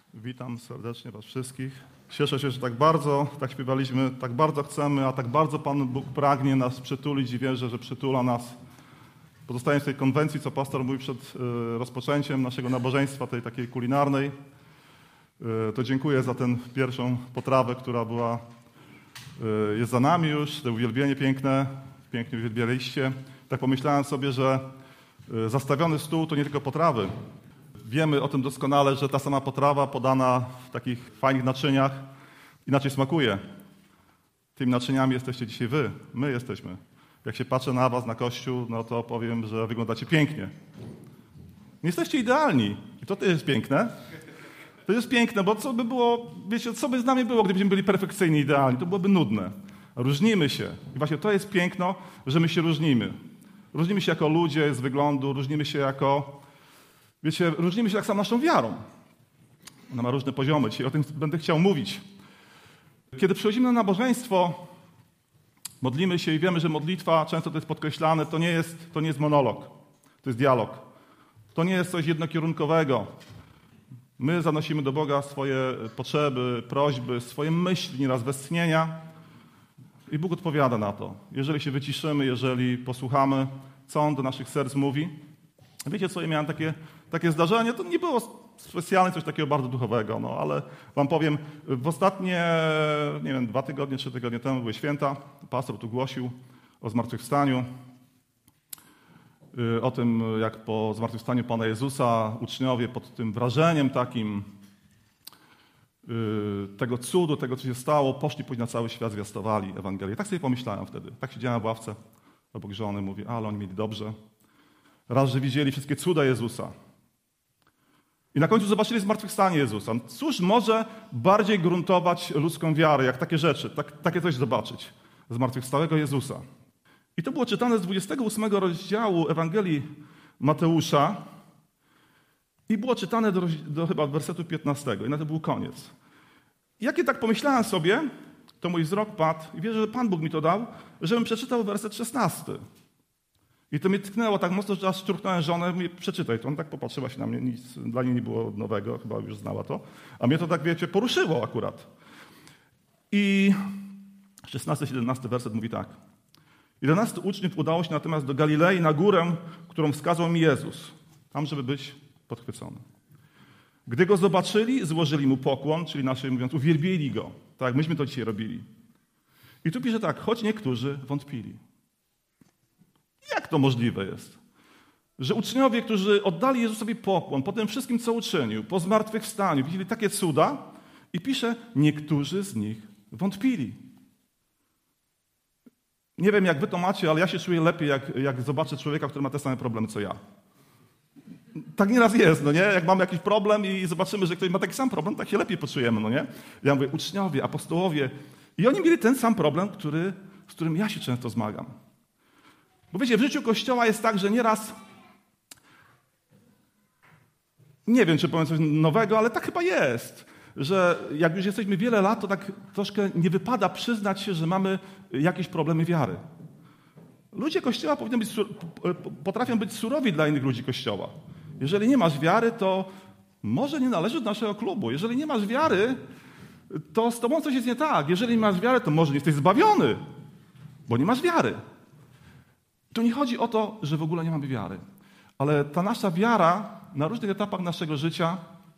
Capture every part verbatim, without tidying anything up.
Witam serdecznie Was wszystkich. Cieszę się, że tak bardzo, tak śpiewaliśmy, tak bardzo chcemy, a tak bardzo Pan Bóg pragnie nas przytulić i wierzę, że przytula nas. Pozostając w tej konwencji, co pastor mówił przed y, rozpoczęciem naszego nabożeństwa, tej takiej kulinarnej, y, to dziękuję za tę pierwszą potrawę, która była, y, jest za nami już, to uwielbienie piękne, pięknie uwielbialiście. Tak pomyślałem sobie, że y, zastawiony stół to nie tylko potrawy. Wiemy o tym doskonale, że ta sama potrawa podana w takich fajnych naczyniach inaczej smakuje. Tymi naczyniami jesteście dzisiaj wy, my jesteśmy. Jak się patrzę na was, na Kościół, no to powiem, że wyglądacie pięknie. Nie jesteście idealni i to też jest piękne. To jest piękne, bo co by było, wiecie, co by z nami było, gdybyśmy byli perfekcyjni, idealni? To byłoby nudne. Różnimy się. I właśnie to jest piękno, że my się różnimy. Różnimy się jako ludzie z wyglądu, różnimy się jako... Wiecie, różnimy się tak samo naszą wiarą. Ona ma różne poziomy. Dzisiaj o tym będę chciał mówić. Kiedy przychodzimy na nabożeństwo, modlimy się i wiemy, że modlitwa, często to jest podkreślane, to nie jest, to nie jest monolog, to jest dialog. To nie jest coś jednokierunkowego. My zanosimy do Boga swoje potrzeby, prośby, swoje myśli, nieraz westchnienia i Bóg odpowiada na to. Jeżeli się wyciszymy, jeżeli posłuchamy, co On do naszych serc mówi. Wiecie co, ja miałem takie, takie zdarzenie, to nie było specjalnie coś takiego bardzo duchowego, no ale wam powiem, w ostatnie, nie wiem, dwa tygodnie, trzy tygodnie temu były święta, pastor tu głosił o zmartwychwstaniu, o tym, jak po zmartwychwstaniu Pana Jezusa uczniowie pod tym wrażeniem takim tego cudu, tego, co się stało, poszli później na cały świat, zwiastowali Ewangelię. Tak sobie pomyślałem wtedy, tak siedziałem w ławce obok żony, mówię, ale oni mieli dobrze. Raz, że widzieli wszystkie cuda Jezusa. I na końcu zobaczyli zmartwychwstanie Jezusa. Cóż może bardziej gruntować ludzką wiarę, jak takie rzeczy, tak, takie coś zobaczyć. Zmartwychwstałego Jezusa. I to było czytane z dwudziestego ósmego rozdziału Ewangelii Mateusza i było czytane do, do chyba wersetu piętnastego. I na to był koniec. I jak ja tak pomyślałem sobie, to mój wzrok padł i wierzę, że Pan Bóg mi to dał, żebym przeczytał werset szesnasty. I to mnie tknęło tak mocno, że aż szturchnąłem żonę, mówię, przeczytaj to. Ona tak popatrzyła się na mnie, nic dla niej nie było nowego, chyba już znała to. A mnie to tak, wiecie, poruszyło akurat. I szesnasty siedemnasty werset mówi tak. Jedenastu uczniów udało się natomiast do Galilei na górę, którą wskazał mi Jezus. Tam, żeby być podchwycony. Gdy go zobaczyli, złożyli mu pokłon, czyli naszej mówiąc, uwielbili go. Tak jak myśmy to dzisiaj robili. I tu pisze tak, choć niektórzy wątpili. Jak to możliwe jest? Że uczniowie, którzy oddali Jezusowi pokłon po tym wszystkim, co uczynił, po zmartwychwstaniu, widzieli takie cuda i pisze, niektórzy z nich wątpili. Nie wiem, jak wy to macie, ale ja się czuję lepiej, jak, jak zobaczę człowieka, który ma te same problemy, co ja. Tak nieraz jest, no nie? Jak mamy jakiś problem i zobaczymy, że ktoś ma taki sam problem, tak się lepiej poczujemy, no nie? Ja mówię, uczniowie, apostołowie. I oni mieli ten sam problem, który, z którym ja się często zmagam. Bo wiecie, w życiu Kościoła jest tak, że nieraz, nie wiem, czy powiem coś nowego, ale tak chyba jest, że jak już jesteśmy wiele lat, to tak troszkę nie wypada przyznać się, że mamy jakieś problemy wiary. Ludzie Kościoła powinni być, potrafią być surowi dla innych ludzi Kościoła. Jeżeli nie masz wiary, to może nie należysz do naszego klubu. Jeżeli nie masz wiary, to z tobą coś jest nie tak. Jeżeli nie masz wiary, to może nie jesteś zbawiony, bo nie masz wiary. Tu nie chodzi o to, że w ogóle nie mamy wiary, ale ta nasza wiara na różnych etapach naszego życia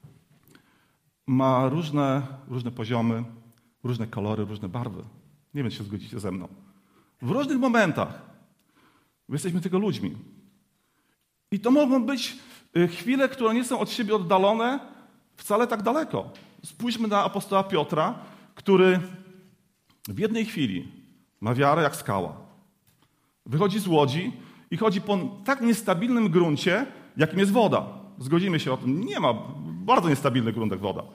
ma różne, różne poziomy, różne kolory, różne barwy. Nie wiem, czy się zgodzicie ze mną. W różnych momentach my jesteśmy tylko ludźmi. I to mogą być chwile, które nie są od siebie oddalone wcale tak daleko. Spójrzmy na apostoła Piotra, który w jednej chwili ma wiarę jak skała. Wychodzi z łodzi i chodzi po tak niestabilnym gruncie, jakim jest woda. Zgodzimy się o tym. Nie ma bardzo niestabilny grunt jak woda.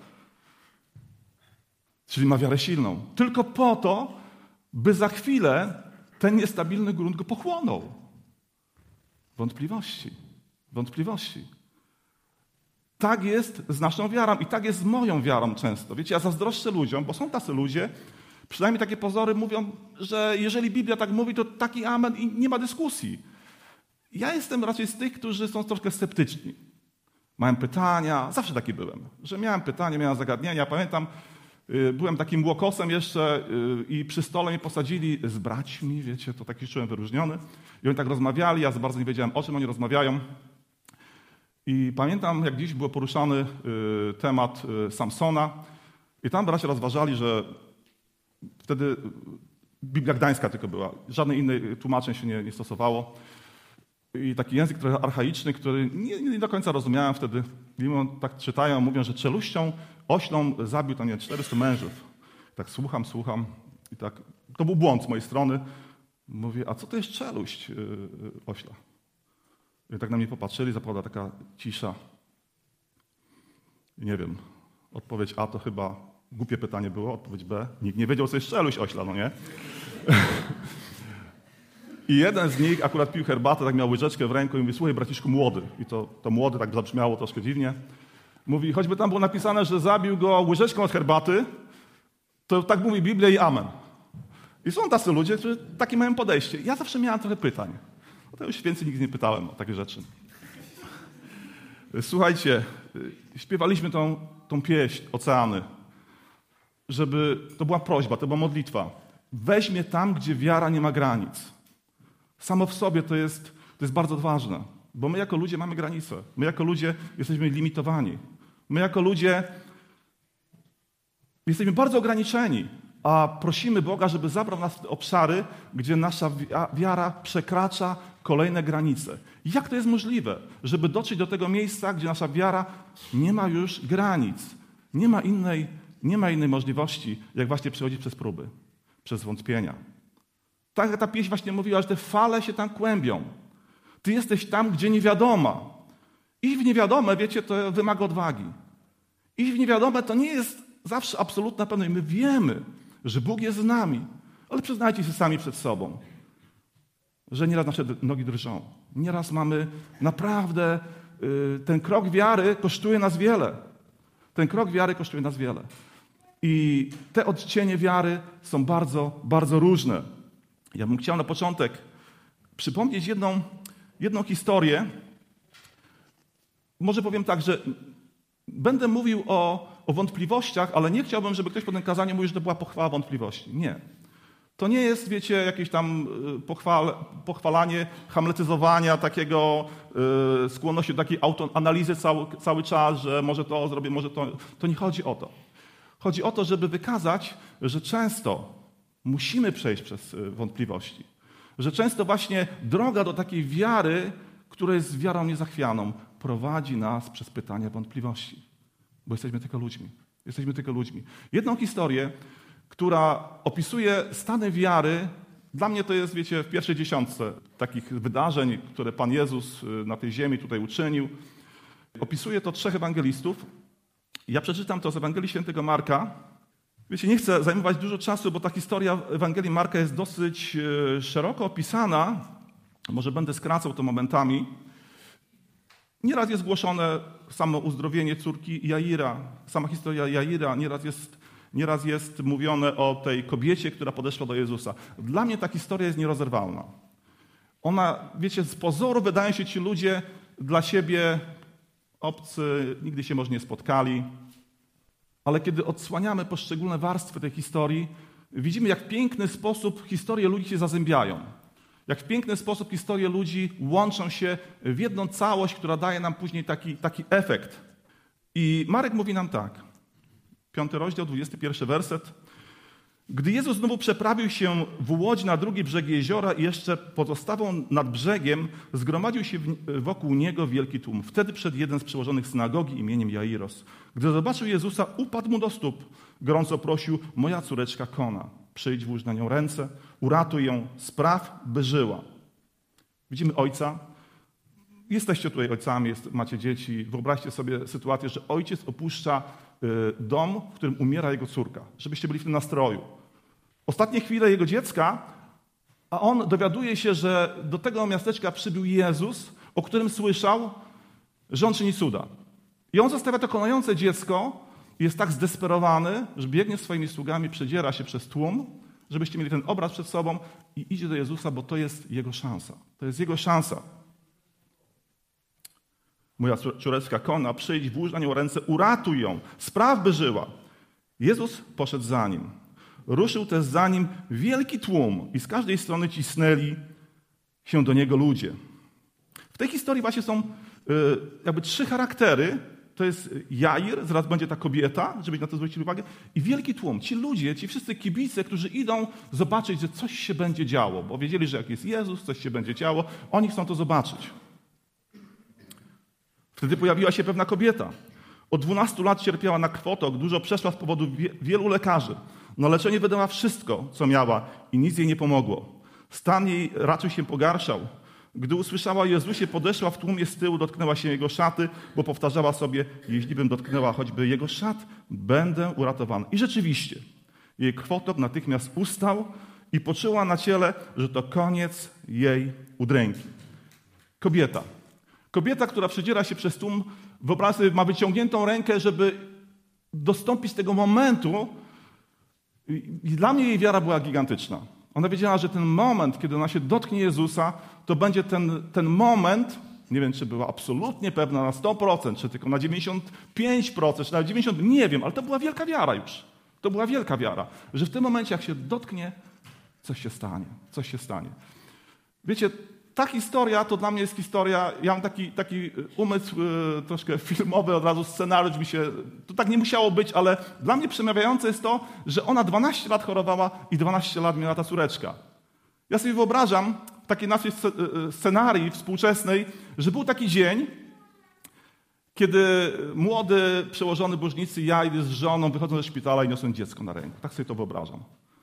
Czyli ma wiarę silną. Tylko po to, by za chwilę ten niestabilny grunt go pochłonął. Wątpliwości. Wątpliwości. Tak jest z naszą wiarą i tak jest z moją wiarą często. Wiecie, ja zazdroszczę ludziom, bo są tacy ludzie, przynajmniej takie pozory mówią, że jeżeli Biblia tak mówi, to taki amen i nie ma dyskusji. Ja jestem raczej z tych, którzy są troszkę sceptyczni. Miałem pytania, zawsze taki byłem, że miałem pytania, miałem zagadnienia. Pamiętam, byłem takim łokosem jeszcze i przy stole mnie posadzili z braćmi, wiecie, to taki czułem wyróżniony. I oni tak rozmawiali, ja za bardzo nie wiedziałem, o czym oni rozmawiają. I pamiętam, jak dziś był poruszany temat Samsona i tam bracia rozważali, że wtedy Biblia Gdańska tylko była, żadnej innej tłumaczeń się nie, nie stosowało. I taki język trochę archaiczny, który nie, nie do końca rozumiałem wtedy. Mimo tak czytają, mówią, że czeluścią oślą zabił tam nie czterystu mężów. Tak słucham, słucham i tak, to był błąd z mojej strony. Mówię, a co to jest czeluść yy, ośla? I tak na mnie popatrzyli, zapadła taka cisza. I nie wiem, odpowiedź A to chyba głupie pytanie było, odpowiedź B. Nikt nie wiedział, co jest czeluść ośla, no nie? I jeden z nich akurat pił herbatę, tak miał łyżeczkę w ręku i mówi, słuchaj braciszku, młody. I to, to młody tak zabrzmiało troszkę dziwnie. Mówi, choćby tam było napisane, że zabił go łyżeczką od herbaty, to tak mówi Biblia i amen. I są tacy ludzie, którzy takie mają podejście. Ja zawsze miałem trochę pytań. No to już więcej nigdy nie pytałem o takie rzeczy. Słuchajcie, śpiewaliśmy tą, tą pieśń, Oceany, żeby, to była prośba, to była modlitwa. Weź mnie tam, gdzie wiara nie ma granic. Samo w sobie to jest, to jest bardzo ważne, bo my jako ludzie mamy granice. My jako ludzie jesteśmy limitowani. My jako ludzie jesteśmy bardzo ograniczeni, a prosimy Boga, żeby zabrał nas w te obszary, gdzie nasza wiara przekracza kolejne granice. Jak to jest możliwe, żeby dotrzeć do tego miejsca, gdzie nasza wiara nie ma już granic? Nie ma innej, nie ma innej możliwości, jak właśnie przechodzić przez próby, przez wątpienia. Tak ta pieśń właśnie mówiła, że te fale się tam kłębią. Ty jesteś tam, gdzie nie wiadomo. Iść w niewiadome, wiecie, to wymaga odwagi. Iść w niewiadome to nie jest zawsze absolutna pewność. My wiemy, że Bóg jest z nami, ale przyznajcie się sami przed sobą, że nieraz nasze nogi drżą. Nieraz mamy naprawdę, yy, ten krok wiary kosztuje nas wiele. Ten krok wiary kosztuje nas wiele. I te odcienie wiary są bardzo, bardzo różne. Ja bym chciał na początek przypomnieć jedną, jedną historię. Może powiem tak, że będę mówił o, o wątpliwościach, ale nie chciałbym, żeby ktoś po tym kazaniu mówił, że to była pochwała wątpliwości. Nie. To nie jest, wiecie, jakieś tam pochwal, pochwalanie, hamletyzowania, takiego yy, skłonności do takiej autoanalizy cały, cały czas, że może to zrobię, może to. To nie chodzi o to. Chodzi o to, żeby wykazać, że często musimy przejść przez wątpliwości. Że często właśnie droga do takiej wiary, która jest wiarą niezachwianą, prowadzi nas przez pytania wątpliwości. Bo jesteśmy tylko ludźmi. Jesteśmy tylko ludźmi. Jedną historię, która opisuje stany wiary, dla mnie to jest, wiecie, w pierwszej dziesiątce takich wydarzeń, które Pan Jezus na tej ziemi tutaj uczynił. Opisuje to trzech ewangelistów. Ja przeczytam to z Ewangelii Świętego Marka. Wiecie, nie chcę zajmować dużo czasu, bo ta historia Ewangelii Marka jest dosyć szeroko opisana. Może będę skracał to momentami. Nieraz jest głoszone samo uzdrowienie córki Jaira, sama historia Jaira. Nieraz jest, nieraz jest mówione o tej kobiecie, która podeszła do Jezusa. Dla mnie ta historia jest nierozerwalna. Ona, wiecie, z pozoru wydają się ci ludzie dla siebie obcy, nigdy się może nie spotkali. Ale kiedy odsłaniamy poszczególne warstwy tej historii, widzimy, jak w piękny sposób historie ludzi się zazębiają. Jak w piękny sposób historie ludzi łączą się w jedną całość, która daje nam później taki, taki efekt. I Marek mówi nam tak, piąty rozdział, dwudziesty pierwszy werset. Gdy Jezus znowu przeprawił się w łodzi na drugi brzeg jeziora i jeszcze pozostawał nad brzegiem, zgromadził się wokół niego wielki tłum. Wtedy przyszedł jeden z przełożonych synagogi imieniem Jairos. Gdy zobaczył Jezusa, upadł mu do stóp. Gorąco prosił, moja córeczka kona. Przyjdź, włóż na nią ręce, uratuj ją, spraw, by żyła. Widzimy ojca. Jesteście tutaj ojcami, jest, macie dzieci. Wyobraźcie sobie sytuację, że ojciec opuszcza dom, w którym umiera jego córka, żebyście byli w tym nastroju. Ostatnie chwile jego dziecka, a on dowiaduje się, że do tego miasteczka przybył Jezus, o którym słyszał, że on czyni cuda. I on zostawia to konające dziecko i jest tak zdesperowany, że biegnie swoimi sługami, przedziera się przez tłum, żebyście mieli ten obraz przed sobą i idzie do Jezusa, bo to jest jego szansa. To jest jego szansa. Moja córeczka Kona, przyjdź, włóż na nią ręce, uratuj ją, spraw, by żyła. Jezus poszedł za nim. Ruszył też za nim wielki tłum i z każdej strony cisnęli się do niego ludzie. W tej historii właśnie są jakby trzy charaktery. To jest Jair, zaraz będzie ta kobieta, żeby na to zwrócić uwagę, i wielki tłum. Ci ludzie, ci wszyscy kibice, którzy idą zobaczyć, że coś się będzie działo, bo wiedzieli, że jak jest Jezus, coś się będzie działo, oni chcą to zobaczyć. Wtedy pojawiła się pewna kobieta. Od dwunastu lat cierpiała na krwotok, dużo przeszła z powodu wielu lekarzy. Na leczenie wydała wszystko, co miała i nic jej nie pomogło. Stan jej raczył się pogarszał. Gdy usłyszała o Jezusie, podeszła w tłumie z tyłu, dotknęła się Jego szaty, bo powtarzała sobie, jeśli bym dotknęła choćby Jego szat, będę uratowana. I rzeczywiście, jej krwotok natychmiast ustał i poczuła na ciele, że to koniec jej udręki. Kobieta. Kobieta, która przedziera się przez tłum, wyobraź sobie, ma wyciągniętą rękę, żeby dostąpić tego momentu. I dla mnie jej wiara była gigantyczna. Ona wiedziała, że ten moment, kiedy ona się dotknie Jezusa, to będzie ten, ten moment, nie wiem, czy była absolutnie pewna na sto procent, czy tylko na dziewięćdziesiąt pięć procent, czy na dziewięćdziesiąt procent, nie wiem, ale to była wielka wiara już. To była wielka wiara, że w tym momencie, jak się dotknie, coś się stanie, coś się stanie. Wiecie, ta historia to dla mnie jest historia, ja mam taki, taki umysł y, troszkę filmowy, od razu scenariusz mi się, to tak nie musiało być, ale dla mnie przemawiające jest to, że ona dwanaście lat chorowała i dwanaście lat miała ta córeczka. Ja sobie wyobrażam w takiej naszej scenarii współczesnej, że był taki dzień, kiedy młody przełożony bożnicy Jair z żoną wychodzą ze szpitala i niosą dziecko na ręku. Tak sobie to wyobrażam.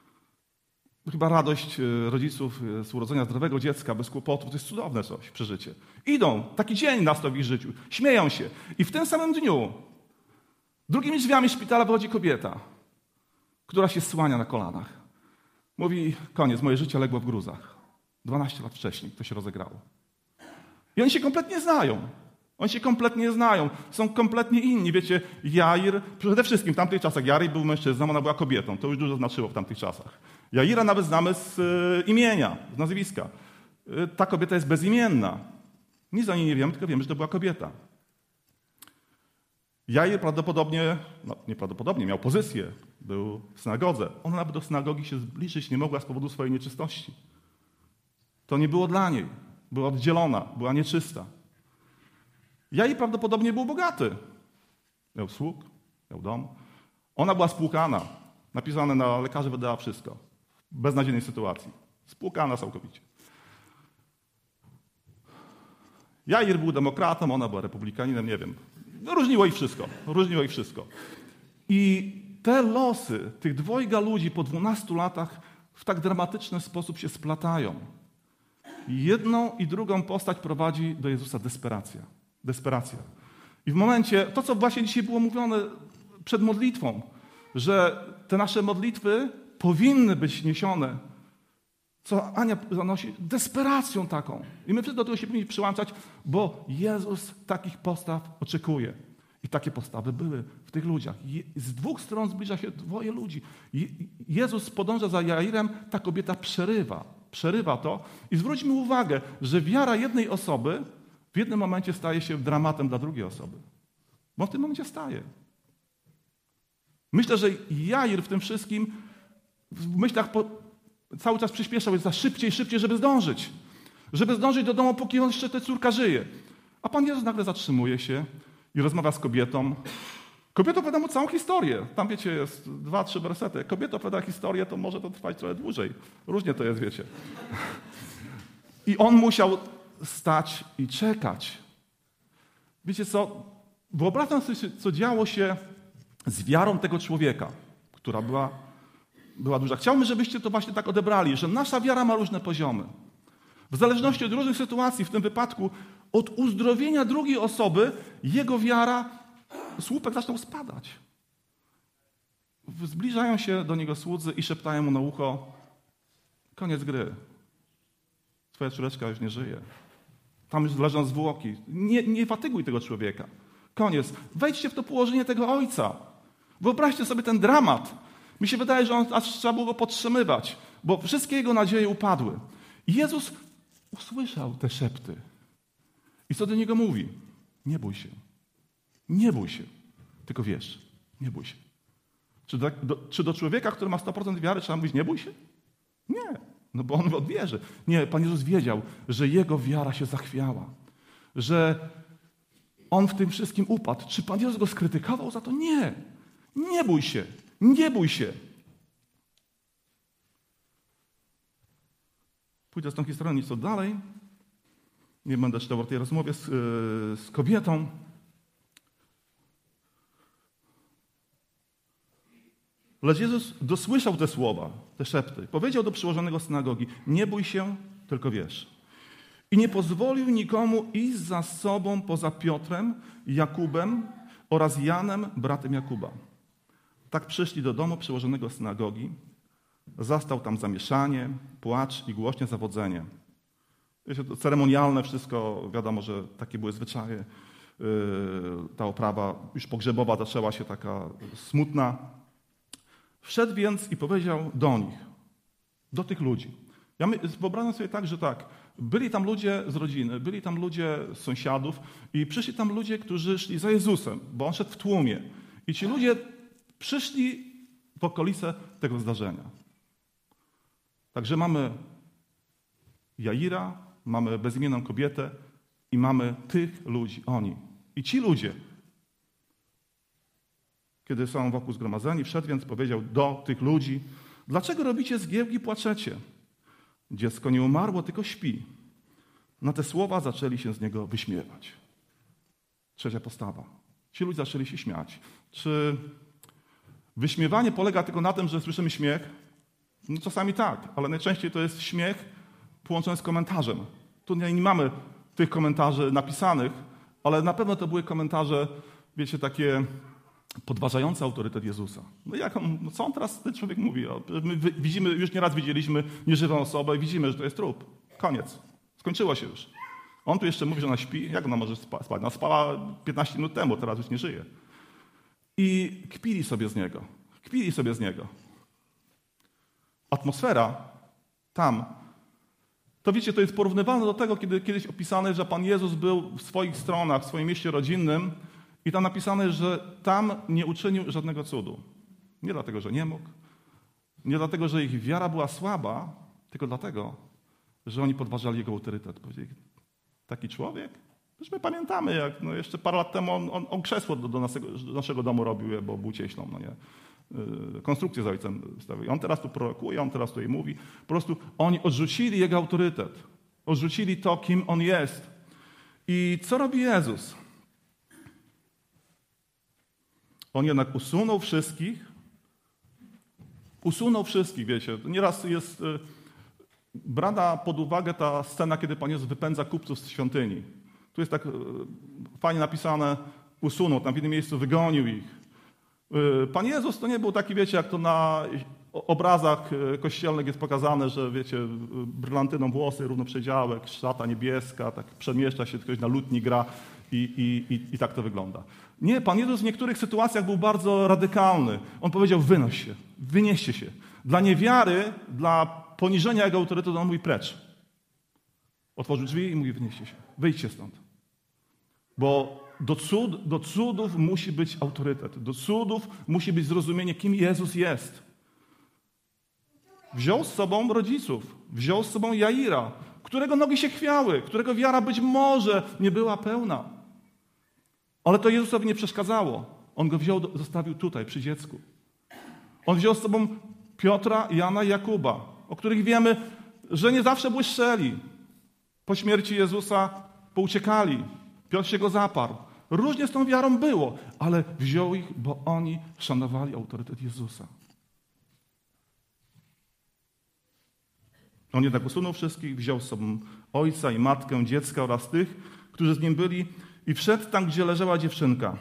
Chyba radość rodziców z urodzenia zdrowego dziecka, bez kłopotów, to jest cudowne coś, przeżycie. Idą, taki dzień nastał w ich życiu, śmieją się. I w tym samym dniu drugimi drzwiami szpitala wychodzi kobieta, która się słania na kolanach. Mówi, koniec, moje życie legło w gruzach. dwanaście lat wcześniej to się rozegrało. I oni się kompletnie znają. Oni się kompletnie znają. Są kompletnie inni. Wiecie, Jair, przede wszystkim w tamtych czasach Jair był mężczyzną, ona była kobietą. To już dużo znaczyło w tamtych czasach. Jaira nawet znamy z y, imienia, z nazwiska. Y, ta kobieta jest bezimienna. Nic o niej nie wiemy, tylko wiemy, że to była kobieta. Jair prawdopodobnie, no nieprawdopodobnie, miał pozycję. Był w synagodze. Ona nawet do synagogi się zbliżyć nie mogła z powodu swojej nieczystości. To nie było dla niej. Była oddzielona, była nieczysta. Jair prawdopodobnie był bogaty. Miał sług, miał dom. Ona była spłukana. Napisane na lekarzy wydała wszystko. W beznadziejnej sytuacji. Spłukana całkowicie. Jair był demokratą, ona była republikaninem, nie wiem. No, różniło ich wszystko. Różniło ich wszystko. I te losy tych dwojga ludzi po dwunastu latach w tak dramatyczny sposób się splatają. Jedną i drugą postać prowadzi do Jezusa desperacja. Desperacja. I w momencie, to co właśnie dzisiaj było mówione przed modlitwą, że te nasze modlitwy powinny być niesione, co Ania zanosi, desperacją taką. I my wszyscy do tego się powinniśmy przyłączać, bo Jezus takich postaw oczekuje. I takie postawy były w tych ludziach. Z dwóch stron zbliża się dwoje ludzi. Jezus podąża za Jairem, ta kobieta przerywa. Przerywa to. I zwróćmy uwagę, że wiara jednej osoby w jednym momencie staje się dramatem dla drugiej osoby. Bo w tym momencie staje. Myślę, że Jair w tym wszystkim w myślach po, cały czas przyspieszał, jest za szybciej, szybciej, żeby zdążyć. Żeby zdążyć do domu, póki jeszcze ta córka żyje. A Pan Jezus nagle zatrzymuje się i rozmawia z kobietą. Kobieta opowiada mu całą historię. Tam, wiecie, jest dwa, trzy wersety. Kobieta opowiada historię, to może to trwać trochę dłużej. Różnie to jest, wiecie. I on musiał stać i czekać. Wiecie co? Wyobrażam sobie, co działo się z wiarą tego człowieka, która była, była duża. Chciałbym, żebyście to właśnie tak odebrali, że nasza wiara ma różne poziomy. W zależności od różnych sytuacji, w tym wypadku od uzdrowienia drugiej osoby, jego wiara, słupek zaczął spadać. Zbliżają się do niego słudzy i szeptają mu na ucho: koniec gry. Twoja córeczka już nie żyje. Tam już leżą zwłoki. Nie, nie fatyguj tego człowieka. Koniec. Wejdźcie w to położenie tego ojca. Wyobraźcie sobie ten dramat. Mi się wydaje, że on, aż trzeba było go podtrzymywać, bo wszystkie jego nadzieje upadły. I Jezus usłyszał te szepty. I co do niego mówi? Nie bój się. Nie bój się. Tylko wierz. Nie bój się. Czy do, do, czy do człowieka, który ma sto procent wiary, trzeba mówić nie bój się? Nie. No bo on odwierzy. Nie, Pan Jezus wiedział, że jego wiara się zachwiała. Że on w tym wszystkim upadł. Czy Pan Jezus go skrytykował za to? Nie. Nie bój się. Nie bój się. Pójdę z tą historią nieco dalej. Nie będę czytał o tej rozmowie z, yy, z kobietą. Lecz Jezus dosłyszał te słowa, te szepty. Powiedział do przełożonego synagogi: nie bój się, tylko wierz. I nie pozwolił nikomu iść za sobą poza Piotrem, Jakubem oraz Janem, bratem Jakuba. Tak przyszli do domu przełożonego synagogi. Zastał tam zamieszanie, płacz i głośne zawodzenie. Wiecie, to ceremonialne wszystko, wiadomo, że takie były zwyczaje. Ta oprawa już pogrzebowa zaczęła się taka smutna. Wszedł więc i powiedział do nich, do tych ludzi. Ja my, wyobrażam sobie tak, że tak, byli tam ludzie z rodziny, byli tam ludzie z sąsiadów i przyszli tam ludzie, którzy szli za Jezusem, bo On szedł w tłumie. I ci ludzie przyszli w okolice tego zdarzenia. Także mamy Jaira, mamy bezimienną kobietę i mamy tych ludzi, oni. I ci ludzie, kiedy są wokół zgromadzeni, wszedł więc powiedział do tych ludzi: dlaczego robicie zgiełki i płaczecie? Dziecko nie umarło, tylko śpi. Na te słowa zaczęli się z niego wyśmiewać. Trzecia postawa. Ci ludzie zaczęli się śmiać. Czy wyśmiewanie polega tylko na tym, że słyszymy śmiech? No czasami tak, ale najczęściej to jest śmiech połączony z komentarzem. Tu nie, nie mamy tych komentarzy napisanych, ale na pewno to były komentarze, wiecie, takie podważające autorytet Jezusa. No jak on, no co on teraz, ten człowiek mówi? My widzimy, już nieraz widzieliśmy nieżywą osobę i widzimy, że to jest trup. Koniec. Skończyło się już. On tu jeszcze mówi, że ona śpi. Jak ona może spać? Ona spała piętnaście minut temu, teraz już nie żyje. I kpili sobie z niego. Kpili sobie z niego. Atmosfera tam, to wiecie, to jest porównywalne do tego, kiedy kiedyś opisane, że Pan Jezus był w swoich stronach, w swoim mieście rodzinnym i tam napisane, że tam nie uczynił żadnego cudu. Nie dlatego, że nie mógł, nie dlatego, że ich wiara była słaba, tylko dlatego, że oni podważali Jego autorytet. Powiedzieli: taki człowiek? Przecież my pamiętamy, jak no jeszcze parę lat temu on, on, on krzesło do, do, naszego, do naszego domu robił, bo był cieślą, no nie? Konstrukcję z ojcem stawił. On teraz tu prorokuje, on teraz tutaj mówi. Po prostu oni odrzucili Jego autorytet. Odrzucili to, kim On jest. I co robi Jezus? On jednak usunął wszystkich. Usunął wszystkich, wiecie. Nieraz jest brana pod uwagę ta scena, kiedy Pan Jezus wypędza kupców z świątyni. Tu jest tak fajnie napisane: usunął, tam w innym miejscu wygonił ich. Pan Jezus to nie był taki, wiecie, jak to na obrazach kościelnych jest pokazane, że wiecie, brylantyną włosy, równoprzedziałek, szata niebieska, tak przemieszcza się, ktoś na lutni gra i, i, i, i tak to wygląda. Nie, Pan Jezus w niektórych sytuacjach był bardzo radykalny. On powiedział: wynoś się, wynieście się. Dla niewiary, dla poniżenia Jego autorytetu On mówi: precz. Otworzył drzwi i mówi: wynieście się, wyjdźcie stąd. Bo Do, cud, do cudów musi być autorytet. Do cudów musi być zrozumienie, kim Jezus jest. Wziął z sobą rodziców. Wziął z sobą Jaira, którego nogi się chwiały, którego wiara być może nie była pełna. Ale to Jezusowi nie przeszkadzało. On go wziął, zostawił tutaj, przy dziecku. On wziął z sobą Piotra, Jana i Jakuba, o których wiemy, że nie zawsze błyszczeli. Po śmierci Jezusa pouciekali. Piotr się go zaparł. Różnie z tą wiarą było, ale wziął ich, bo oni szanowali autorytet Jezusa. On jednak usunął wszystkich, wziął z sobą ojca i matkę, dziecka oraz tych, którzy z nim byli i wszedł tam, gdzie leżała dziewczynka.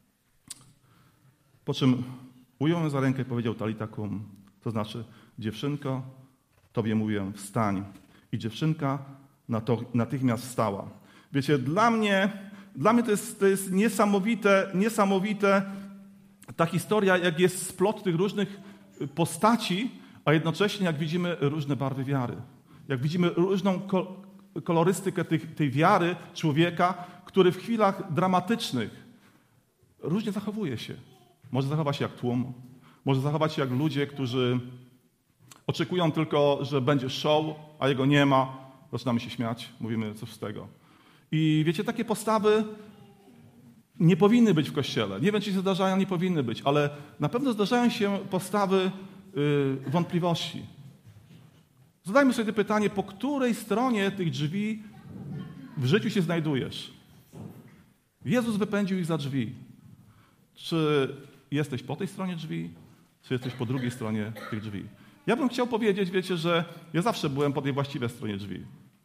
Po czym ujął ją za rękę i powiedział: talita kum, to znaczy: dziewczynko, tobie mówię, wstań. I dziewczynka natychmiast wstała. Wiecie, dla mnie, dla mnie to jest, to jest niesamowite, niesamowite ta historia, jak jest splot tych różnych postaci, a jednocześnie jak widzimy różne barwy wiary. Jak widzimy różną kolorystykę tej, tej wiary człowieka, który w chwilach dramatycznych różnie zachowuje się. Może zachować się jak tłum, może zachować się jak ludzie, którzy oczekują tylko, że będzie show, a jego nie ma. Zaczynamy się śmiać, mówimy coś z tego. I wiecie, takie postawy nie powinny być w Kościele. Nie wiem, czy się zdarzają, nie powinny być, ale na pewno zdarzają się postawy yy, wątpliwości. Zadajmy sobie pytanie, po której stronie tych drzwi w życiu się znajdujesz? Jezus wypędził ich za drzwi. Czy jesteś po tej stronie drzwi, czy jesteś po drugiej stronie tych drzwi? Ja bym chciał powiedzieć, wiecie, że ja zawsze byłem po tej właściwej stronie drzwi.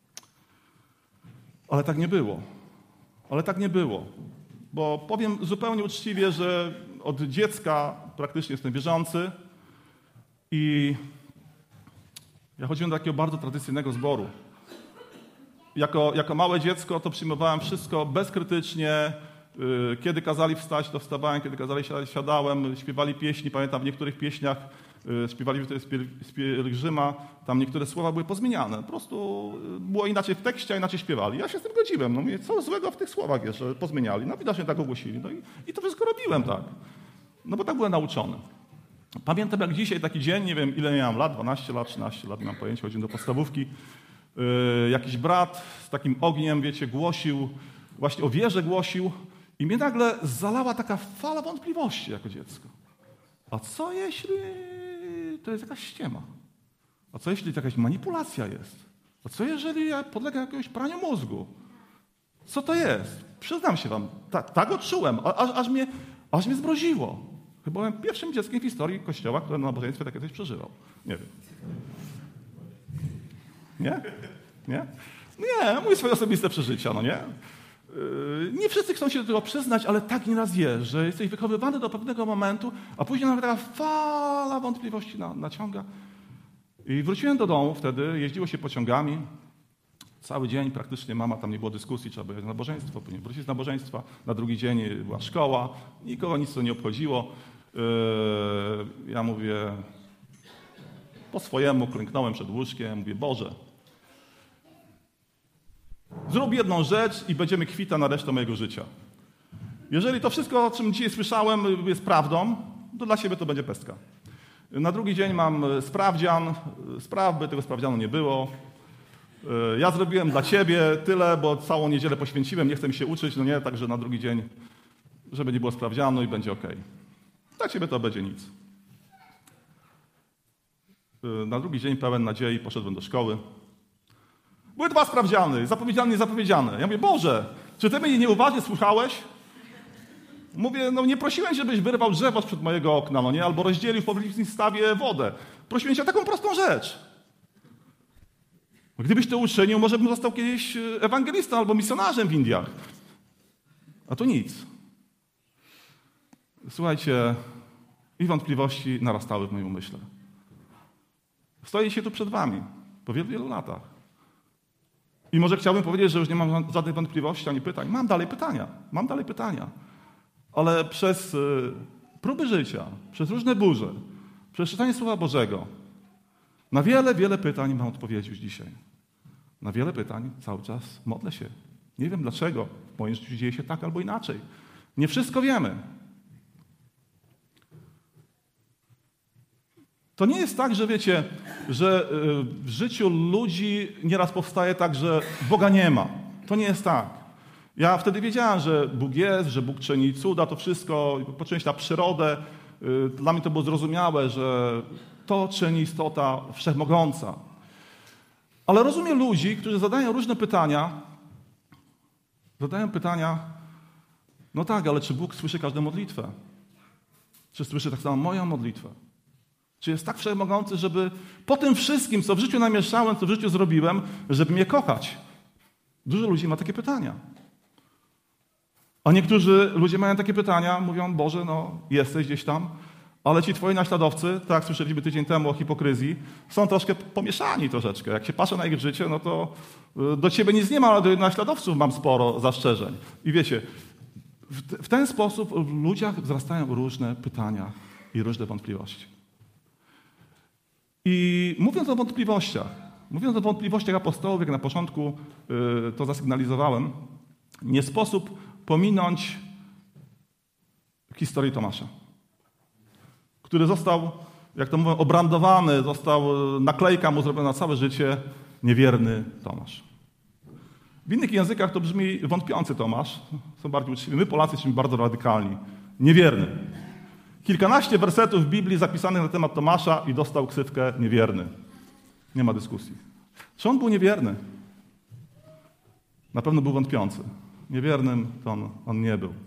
Ale tak nie było. Ale tak nie było. Bo powiem zupełnie uczciwie, że od dziecka praktycznie jestem wierzący i ja chodziłem do takiego bardzo tradycyjnego zboru. Jako, jako małe dziecko to przyjmowałem wszystko bezkrytycznie. Kiedy kazali wstać, to wstawałem, kiedy kazali siadać, siadałem. Śpiewali pieśni, pamiętam w niektórych pieśniach śpiewali wtedy z pielgrzyma, tam niektóre słowa były pozmieniane. Po prostu było inaczej w tekście, a inaczej śpiewali. Ja się z tym godziłem. No mówię, co złego w tych słowach jest, że pozmieniali. No widocznie tak ogłosili. No i, i to wszystko robiłem tak. No bo tak byłem nauczony. Pamiętam jak dzisiaj taki dzień, nie wiem ile miałem lat, dwanaście lat, trzynaście lat, nie mam pojęcia, chodziłem do podstawówki. Yy, jakiś brat z takim ogniem, wiecie, głosił, właśnie o wierze głosił i mnie nagle zalała taka fala wątpliwości jako dziecko. A co jeśli to jest jakaś ściema? A co jeśli to jakaś manipulacja jest? A co jeżeli ja podlegam jakiegoś praniu mózgu? Co to jest? Przyznam się wam, tak, tak odczułem, aż, aż, mnie, aż mnie zmroziło. Chyba byłem pierwszym dzieckiem w historii Kościoła, które na nabożeństwie takie coś przeżywał. Nie wiem. Nie? Nie? Nie, mówię swoje osobiste przeżycia, no nie? Nie wszyscy chcą się do tego przyznać, ale tak nieraz jest, że jesteś wychowywany do pewnego momentu, a później nawet taka fala wątpliwości na, naciąga. I wróciłem do domu wtedy, jeździło się pociągami. Cały dzień praktycznie mama, tam nie było dyskusji, trzeba było jechać na nabożeństwo, później wrócić z nabożeństwa, na drugi dzień była szkoła, nikogo nic to nie obchodziło. Yy, ja mówię, po swojemu klęknąłem przed łóżkiem, mówię, Boże, zrób jedną rzecz i będziemy kwita na resztę mojego życia. Jeżeli to wszystko, o czym dzisiaj słyszałem, jest prawdą, to dla siebie to będzie pestka. Na drugi dzień mam sprawdzian, spraw, by tego sprawdzianu nie było. Ja zrobiłem dla ciebie tyle, bo całą niedzielę poświęciłem, nie chcę mi się uczyć, no nie, także na drugi dzień, żeby nie było sprawdzianu i będzie ok. Dla ciebie to będzie nic. Na drugi dzień pełen nadziei poszedłem do szkoły. Były dwa sprawdziany, zapowiedziane, niezapowiedziane. Ja mówię, Boże, czy ty mnie nieuważnie słuchałeś? Mówię, no nie prosiłem cię, żebyś wyrwał drzewo sprzed mojego okna, no nie, albo rozdzielił w pobliskiej stawie wodę. Prosiłem cię o taką prostą rzecz. Gdybyś to uczynił, może bym został kiedyś ewangelistą albo misjonarzem w Indiach. A to nic. Słuchajcie, i wątpliwości narastały w moim umyśle. Stoję się tu przed wami po wielu, wielu latach. I może chciałbym powiedzieć, że już nie mam żadnych wątpliwości ani pytań. Mam dalej pytania, mam dalej pytania. Ale przez y, próby życia, przez różne burze, przez czytanie Słowa Bożego, na wiele, wiele pytań mam odpowiedzi już dzisiaj. Na wiele pytań cały czas modlę się. Nie wiem dlaczego. W moim życiu dzieje się tak albo inaczej. Nie wszystko wiemy. To nie jest tak, że wiecie, że w życiu ludzi nieraz powstaje tak, że Boga nie ma. To nie jest tak. Ja wtedy wiedziałem, że Bóg jest, że Bóg czyni cuda, to wszystko, począłem się na przyrodę. Dla mnie to było zrozumiałe, że to czyni istota wszechmogąca. Ale rozumiem ludzi, którzy zadają różne pytania. Zadają pytania, no tak, ale czy Bóg słyszy każdą modlitwę? Czy słyszy tak samo moją modlitwę? Czy jest tak wszechmogący, żeby po tym wszystkim, co w życiu namieszałem, co w życiu zrobiłem, żeby mnie kochać? Dużo ludzi ma takie pytania. A niektórzy ludzie mają takie pytania, mówią, Boże, no jesteś gdzieś tam, ale ci twoi naśladowcy, tak jak słyszeliśmy tydzień temu o hipokryzji, są troszkę pomieszani troszeczkę. Jak się patrzę na ich życie, no to do ciebie nic nie ma, ale do naśladowców mam sporo zastrzeżeń. I wiecie, w ten sposób w ludziach wzrastają różne pytania i różne wątpliwości. I mówiąc o wątpliwościach, Mówiąc o wątpliwościach apostołów, jak na początku yy, to zasygnalizowałem, nie sposób pominąć historii Tomasza, który został, jak to mówią, obrandowany, został, naklejka mu zrobiona na całe życie, niewierny Tomasz. W innych językach to brzmi wątpiący Tomasz, są bardziej uczciwi. My Polacy jesteśmy bardzo radykalni. Niewierny. Kilkanaście wersetów w Biblii zapisanych na temat Tomasza i dostał ksywkę niewierny. Nie ma dyskusji. Czy on był niewierny? Na pewno był wątpiący. Niewiernym to on, on nie był.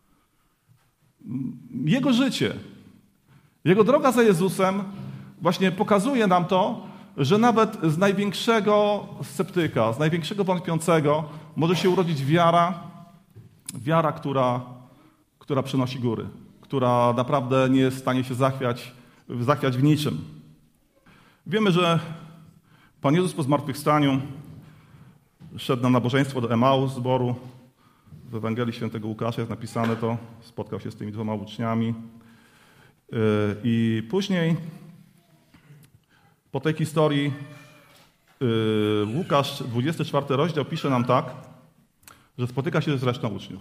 Jego życie, jego droga za Jezusem właśnie pokazuje nam to, że nawet z największego sceptyka, z największego wątpiącego może się urodzić wiara, wiara, która, która przynosi góry, która naprawdę nie jest w stanie się zachwiać, zachwiać w niczym. Wiemy, że Pan Jezus po zmartwychwstaniu szedł na nabożeństwo do Emaus zboru. W Ewangelii Świętego Łukasza jest napisane to. Spotkał się z tymi dwoma uczniami. I później po tej historii Łukasz, dwudziesty czwarty rozdział, pisze nam tak, że spotyka się z resztą uczniów.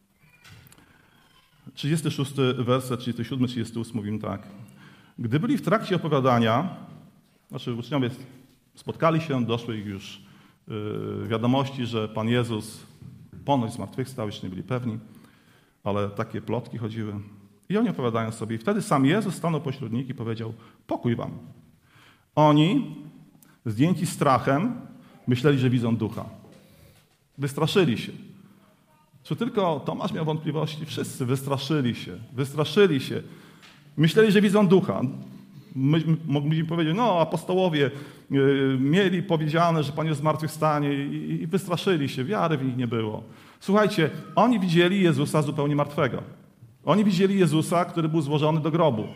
trzydziesty szósty werset, trzydziesty siódmy, trzydziesty ósmy mówimy tak. Gdy byli w trakcie opowiadania, znaczy uczniowie spotkali się, doszły ich już wiadomości, że Pan Jezus ponoć zmartwychwstał, jeszcze nie byli pewni, ale takie plotki chodziły. I oni opowiadają sobie. I wtedy sam Jezus stanął pośród nich i powiedział: pokój wam. Oni, zdjęci strachem, myśleli, że widzą ducha. Wystraszyli się. Czy tylko Tomasz miał wątpliwości? Wszyscy wystraszyli się. Wystraszyli się. Myśleli, że widzą ducha. My, mogliśmy powiedzieć, no apostołowie yy, mieli powiedziane, że Pan jest zmartwychwstanie i, i wystraszyli się. Wiary w nich nie było. Słuchajcie, oni widzieli Jezusa zupełnie martwego. Oni widzieli Jezusa, który był złożony do grobu.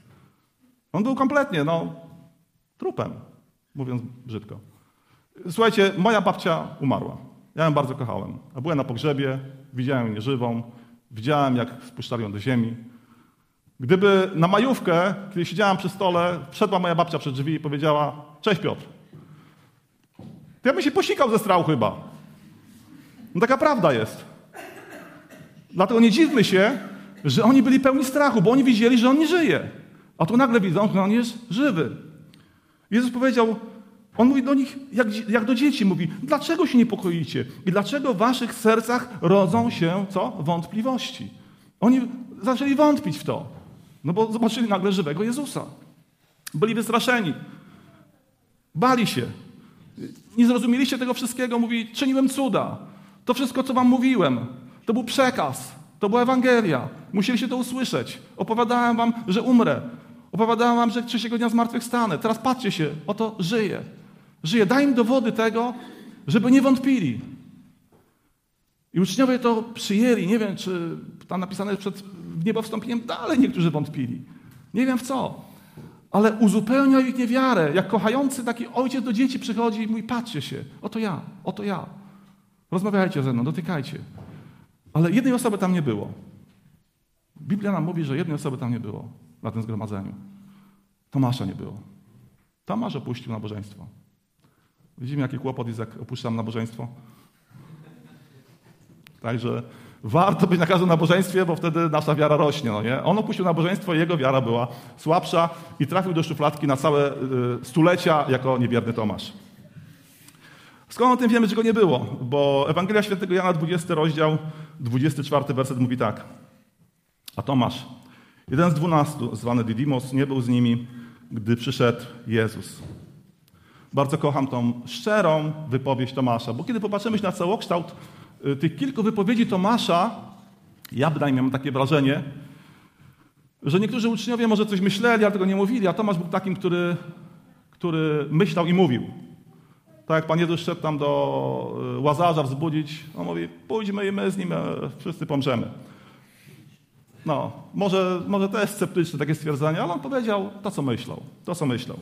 On był kompletnie, no, trupem, mówiąc brzydko. Słuchajcie, moja babcia umarła. Ja ją bardzo kochałem. A byłem na pogrzebie, widziałem ją nieżywą, widziałem, jak spuszczali ją do ziemi. Gdyby na majówkę, kiedy siedziałem przy stole, wszedła moja babcia przed drzwi i powiedziała: cześć Piotr. To ja bym się posikał ze strachu chyba. No taka prawda jest. Dlatego nie dziwmy się, że oni byli pełni strachu, bo oni widzieli, że on nie żyje. A tu nagle widzą, że on jest żywy. Jezus powiedział, on mówi do nich, jak, jak do dzieci, mówi: dlaczego się niepokoicie? I dlaczego w waszych sercach rodzą się, co? Wątpliwości. Oni zaczęli wątpić w to. No bo zobaczyli nagle żywego Jezusa. Byli wystraszeni. Bali się. Nie zrozumieliście tego wszystkiego. Mówi: czyniłem cuda. To wszystko, co wam mówiłem, to był przekaz. To była Ewangelia. Musieliście to usłyszeć. Opowiadałem wam, że umrę. Opowiadałem wam, że trzeciego dnia zmartwychwstanę. Teraz patrzcie się, oto żyję. Żyję. Daj im dowody tego, żeby nie wątpili. I uczniowie to przyjęli. Nie wiem, czy tam napisane przed niebowstąpieniem dalej niektórzy wątpili. Nie wiem w co. Ale uzupełniał ich niewiarę. Jak kochający taki ojciec do dzieci przychodzi i mówi: patrzcie się, oto ja, oto ja. Rozmawiajcie ze mną, dotykajcie. Ale jednej osoby tam nie było. Biblia nam mówi, że jednej osoby tam nie było na tym zgromadzeniu. Tomasza nie było. Tomasz opuścił nabożeństwo. Widzimy, jaki kłopot jest, jak opuszczam nabożeństwo. Także warto być na każdym nabożeństwie, bo wtedy nasza wiara rośnie. No nie? On opuścił nabożeństwo i jego wiara była słabsza i trafił do szufladki na całe y, stulecia jako niewierny Tomasz. Skąd o tym wiemy, że go nie było? Bo Ewangelia Świętego Jana, dwudziesty rozdział, dwudziesty czwarty werset mówi tak. A Tomasz, jeden z dwunastu, zwany Didymos, nie był z nimi, gdy przyszedł Jezus. Bardzo kocham tą szczerą wypowiedź Tomasza, bo kiedy popatrzymy na całokształt tych kilku wypowiedzi Tomasza, ja bynajmniej mam takie wrażenie, że niektórzy uczniowie może coś myśleli, ale tego nie mówili, a Tomasz był takim, który, który myślał i mówił. Tak jak Pan Jezus szedł tam do Łazarza wzbudzić, on mówi: pójdźmy i my z nim wszyscy pomrzemy. No, może, może to jest sceptyczne takie stwierdzenie, ale on powiedział to, co myślał. To, co myślał.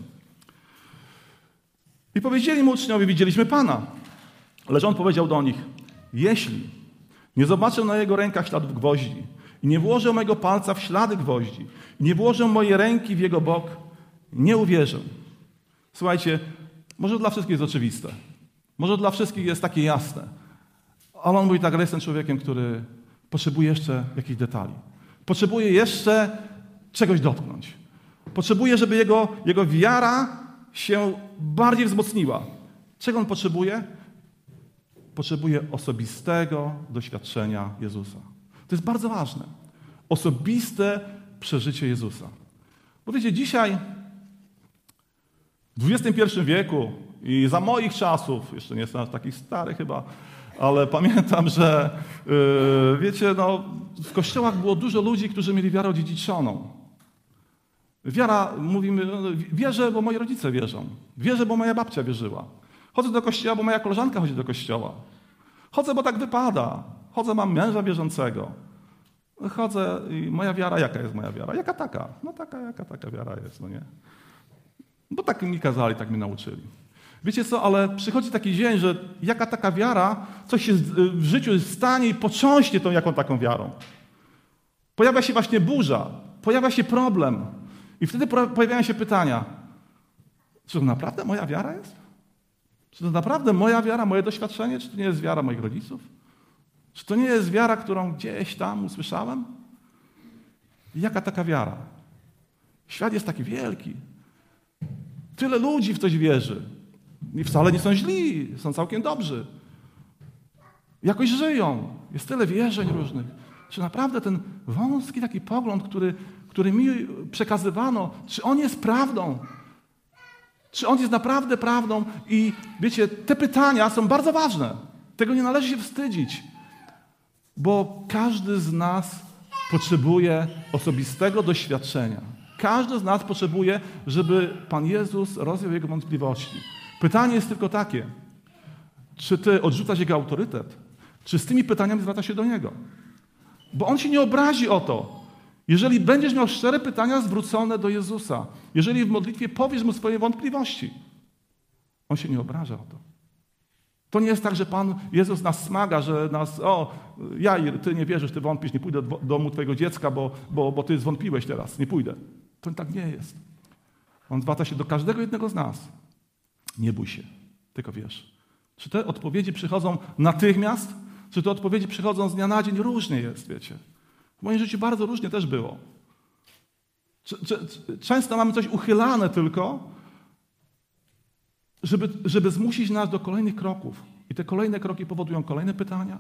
I powiedzieli mu uczniowie: widzieliśmy Pana. Lecz on powiedział do nich: jeśli nie zobaczę na jego rękach śladów gwoździ i nie włożę mojego palca w ślady gwoździ i nie włożę mojej ręki w jego bok, nie uwierzę. Słuchajcie, Może dla wszystkich jest oczywiste. Może dla wszystkich jest takie jasne. Ale on mówi tak, ale jestem człowiekiem, który potrzebuje jeszcze jakichś detali. Potrzebuje jeszcze czegoś dotknąć. Potrzebuje, żeby jego, jego wiara się bardziej wzmocniła. Czego on potrzebuje? Potrzebuje osobistego doświadczenia Jezusa. To jest bardzo ważne. Osobiste przeżycie Jezusa. Bo wiecie, dzisiaj w dwudziestym pierwszym wieku i za moich czasów, jeszcze nie jestem aż taki stary chyba, ale pamiętam, że yy, wiecie, no, w kościołach było dużo ludzi, którzy mieli wiarę odziedziczoną. Wiara, mówimy, wierzę, bo moi rodzice wierzą. Wierzę, bo moja babcia wierzyła. Chodzę do kościoła, bo moja koleżanka chodzi do kościoła. Chodzę, bo tak wypada. Chodzę, mam męża wierzącego. Chodzę i moja wiara, jaka jest moja wiara? Jaka taka? No taka, jaka taka wiara jest, no nie? Bo tak mi kazali, tak mi nauczyli. Wiecie co, ale przychodzi taki dzień, że jaka taka wiara, coś się w życiu stanie i potrząśnie tą jaką taką wiarą. Pojawia się właśnie burza, pojawia się problem i wtedy pojawiają się pytania. Czy to naprawdę moja wiara jest? Czy to naprawdę moja wiara, moje doświadczenie? Czy to nie jest wiara moich rodziców? Czy to nie jest wiara, którą gdzieś tam usłyszałem? Jaka taka wiara? Świat jest taki wielki. Tyle ludzi w coś wierzy. I wcale nie są źli, są całkiem dobrzy. Jakoś żyją. Jest tyle wierzeń różnych. Czy naprawdę ten wąski taki pogląd, który, który mi przekazywano, czy on jest prawdą? Czy on jest naprawdę prawdą? I wiecie, te pytania są bardzo ważne. Tego nie należy się wstydzić. Bo każdy z nas potrzebuje osobistego doświadczenia. Każdy z nas potrzebuje, żeby Pan Jezus rozwiał jego wątpliwości. Pytanie jest tylko takie, czy ty odrzucasz jego autorytet, czy z tymi pytaniami zwracasz się do Niego? Bo On się nie obrazi o to, jeżeli będziesz miał szczere pytania zwrócone do Jezusa, jeżeli w modlitwie powiesz Mu swoje wątpliwości. On się nie obraża o to. To nie jest tak, że Pan Jezus nas smaga, że nas, o, Jair, ty nie wierzysz, ty wątpisz, nie pójdę do domu twojego dziecka, bo, bo, bo ty zwątpiłeś teraz, nie pójdę. To tak nie jest. On zwraca się do każdego jednego z nas. Nie bój się, tylko wiesz. Czy te odpowiedzi przychodzą natychmiast, czy te odpowiedzi przychodzą z dnia na dzień? Różnie jest, wiecie. W moim życiu bardzo różnie też było. Często mamy coś uchylane tylko, żeby, żeby zmusić nas do kolejnych kroków. I te kolejne kroki powodują kolejne pytania.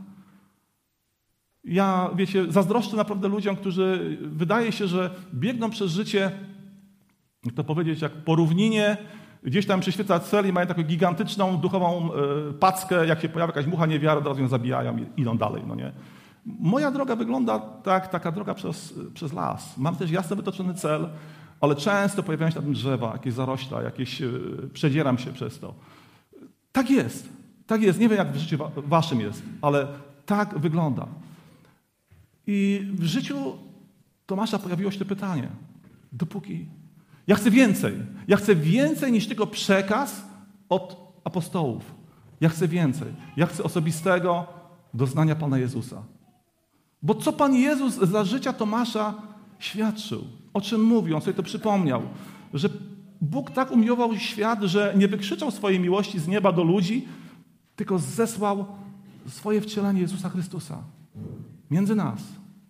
Ja, wiecie, zazdroszczę naprawdę ludziom, którzy wydaje się, że biegną przez życie, jak to powiedzieć, jak po równinie, gdzieś tam przyświeca cel i mają taką gigantyczną duchową y, packę, jak się pojawia jakaś mucha niewiary, od razu ją zabijają i idą dalej, no nie? Moja droga wygląda tak, taka droga przez, przez las. Mam też jasno wytoczony cel, ale często pojawiają się tam drzewa, jakieś zarośla, jakieś, y, przedzieram się przez to. Tak jest, tak jest. Nie wiem, jak w życiu wa- waszym jest, ale tak wygląda. I w życiu Tomasza pojawiło się to pytanie. Dopóki... Ja chcę więcej. Ja chcę więcej niż tylko przekaz od apostołów. Ja chcę więcej. Ja chcę osobistego doznania Pana Jezusa. Bo co Pan Jezus za życia Tomasza świadczył? O czym mówił? On sobie to przypomniał. Że Bóg tak umiłował świat, że nie wykrzyczał swojej miłości z nieba do ludzi, tylko zesłał swoje wcielenie Jezusa Chrystusa między nas.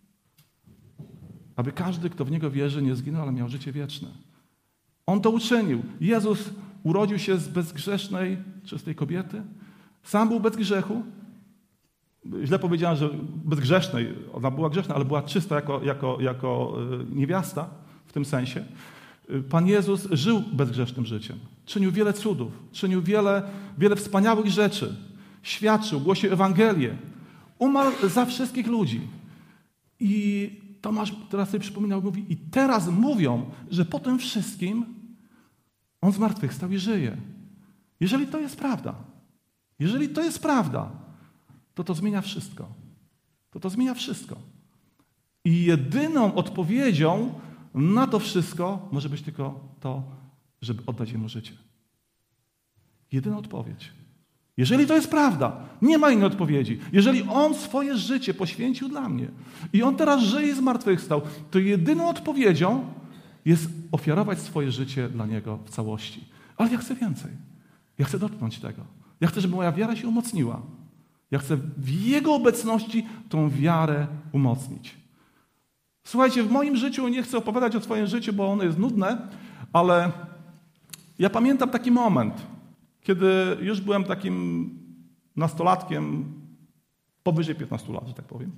Aby każdy, kto w Niego wierzy, nie zginął, ale miał życie wieczne. On to uczynił. Jezus urodził się z bezgrzesznej, czystej kobiety. Sam był bez grzechu. Źle powiedziałem, że bezgrzesznej. Ona była grzeszna, ale była czysta jako, jako, jako niewiasta w tym sensie. Pan Jezus żył bezgrzesznym życiem. Czynił wiele cudów. Czynił wiele, wiele wspaniałych rzeczy. Świadczył, głosił Ewangelię. Umarł za wszystkich ludzi. I Tomasz teraz sobie przypominał, mówi, i teraz mówią, że po tym wszystkim On zmartwychwstał i żyje. Jeżeli to jest prawda, jeżeli to jest prawda, to to zmienia wszystko. To to zmienia wszystko. I jedyną odpowiedzią na to wszystko może być tylko to, żeby oddać Jemu życie. Jedyna odpowiedź. Jeżeli to jest prawda, nie ma innej odpowiedzi. Jeżeli On swoje życie poświęcił dla mnie i On teraz żyje i zmartwychwstał, to jedyną odpowiedzią jest ofiarować swoje życie dla Niego w całości. Ale ja chcę więcej. Ja chcę dotknąć tego. Ja chcę, żeby moja wiara się umocniła. Ja chcę w Jego obecności tą wiarę umocnić. Słuchajcie, w moim życiu, nie chcę opowiadać o swoim życiu, bo ono jest nudne, ale ja pamiętam taki moment, kiedy już byłem takim nastolatkiem, powyżej piętnastu lat, że tak powiem.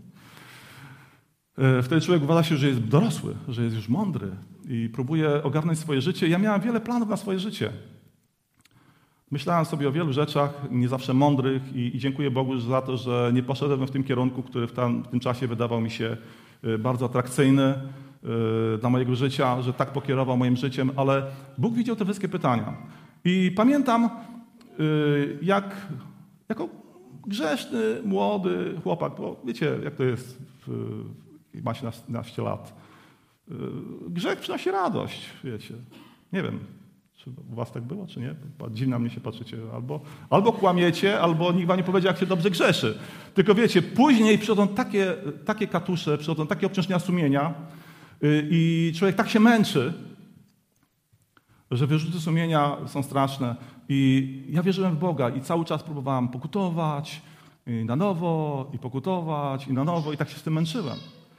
Wtedy człowiek uważa się, że jest dorosły, że jest już mądry i próbuje ogarnąć swoje życie. Ja miałem wiele planów na swoje życie. Myślałem sobie o wielu rzeczach, nie zawsze mądrych i, i dziękuję Bogu za to, że nie poszedłem w tym kierunku, który w, tam, w tym czasie wydawał mi się bardzo atrakcyjny yy, dla mojego życia, że tak pokierował moim życiem, ale Bóg widział te wszystkie pytania. I pamiętam, yy, jak jako grzeszny, młody chłopak, bo wiecie, jak to jest, w, ma się naście lat. Yy, grzech przynosi radość, wiecie. Nie wiem, czy u was tak było, czy nie? Dziwnie na mnie się patrzycie. Albo, albo kłamiecie, albo nikt wam nie powiedział, jak się dobrze grzeszy. Tylko wiecie, później przychodzą takie, takie katusze, przychodzą takie obciążenia sumienia yy, i człowiek tak się męczy, że wyrzuty sumienia są straszne. I ja wierzyłem w Boga i cały czas próbowałem pokutować i na nowo, i pokutować, i na nowo, i tak się z tym męczyłem.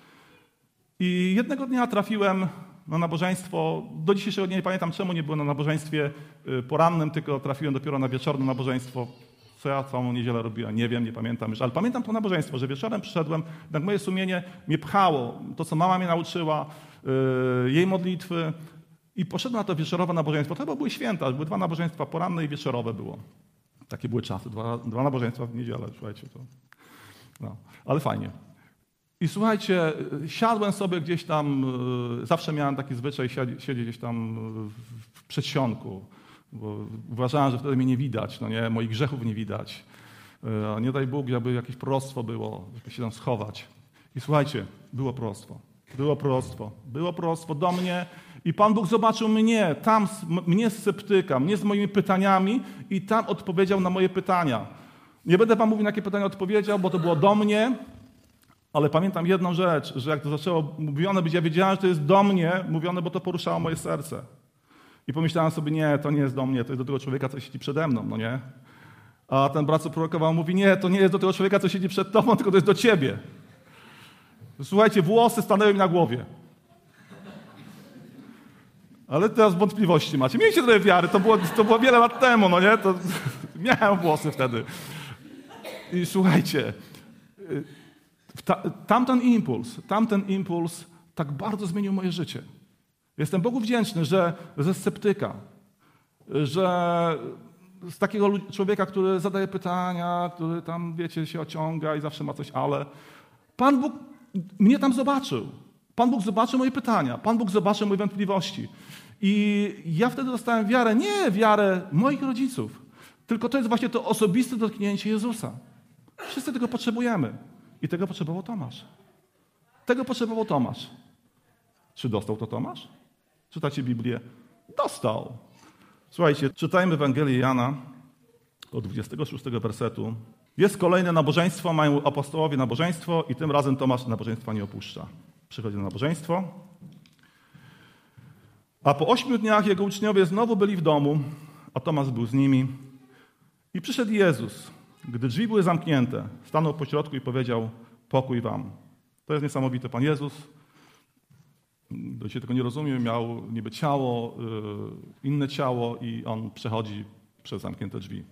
I jednego dnia trafiłem na nabożeństwo. Do dzisiejszego dnia nie pamiętam, czemu nie byłem na nabożeństwie porannym, tylko trafiłem dopiero na wieczorne nabożeństwo. Co ja całą niedzielę robiłem, nie wiem, nie pamiętam już, ale pamiętam to nabożeństwo, że wieczorem przyszedłem, jednak moje sumienie mnie pchało, to co mama mnie nauczyła, yy, jej modlitwy i poszedłem na to wieczorowe nabożeństwo. To chyba były święta, były dwa nabożeństwa, poranne i wieczorowe było. Takie były czasy, dwa, dwa nabożeństwa w niedzielę, słuchajcie, to, no, ale fajnie. I słuchajcie, siadłem sobie gdzieś tam, zawsze miałem taki zwyczaj siedzieć gdzieś tam w przedsionku, bo uważałem, że wtedy mnie nie widać, no nie, moich grzechów nie widać. A nie daj Bóg, żeby jakieś proroctwo było, żeby się tam schować. I słuchajcie, było proroctwo, było proroctwo, było proroctwo do mnie i Pan Bóg zobaczył mnie, tam, mnie sceptyka, mnie z moimi pytaniami i tam odpowiedział na moje pytania. Nie będę wam mówił, na jakie pytania odpowiedział, bo to było do mnie, ale pamiętam jedną rzecz, że jak to zaczęło mówione być, ja wiedziałem, że to jest do mnie mówione, bo to poruszało moje serce. I pomyślałem sobie, nie, to nie jest do mnie, to jest do tego człowieka, co siedzi przede mną, no nie? A ten brat, co prorokował, mówi, nie, to nie jest do tego człowieka, co siedzi przed tobą, tylko to jest do ciebie. Słuchajcie, włosy stanęły mi na głowie. Ale teraz wątpliwości macie. Miejcie trochę wiary, to było, to było wiele lat temu, no nie? To, miałem włosy wtedy. I słuchajcie, ta, tamten impuls, tamten impuls tak bardzo zmienił moje życie. Jestem Bogu wdzięczny, że ze sceptyka, że z takiego człowieka, który zadaje pytania, który tam, wiecie, się ociąga i zawsze ma coś ale. Pan Bóg mnie tam zobaczył. Pan Bóg zobaczył moje pytania. Pan Bóg zobaczył moje wątpliwości. I ja wtedy dostałem wiarę, nie wiarę moich rodziców, tylko to jest właśnie to osobiste dotknięcie Jezusa. Wszyscy tego potrzebujemy. I tego potrzebował Tomasz. Tego potrzebował Tomasz. Czy dostał to Tomasz? Czytacie Biblię? Dostał. Słuchajcie, czytajmy Ewangelię Jana od dwudziestego szóstego wersetu. Jest kolejne nabożeństwo, mają apostołowie nabożeństwo i tym razem Tomasz nabożeństwa nie opuszcza. Przychodzi na nabożeństwo. A po ośmiu dniach jego uczniowie znowu byli w domu, a Tomasz był z nimi. I przyszedł Jezus. Gdy drzwi były zamknięte, stanął pośrodku i powiedział, pokój wam. To jest niesamowite. Pan Jezus, do dzisiaj tego nie rozumiem, miał niby ciało, inne ciało i on przechodzi przez zamknięte drzwi.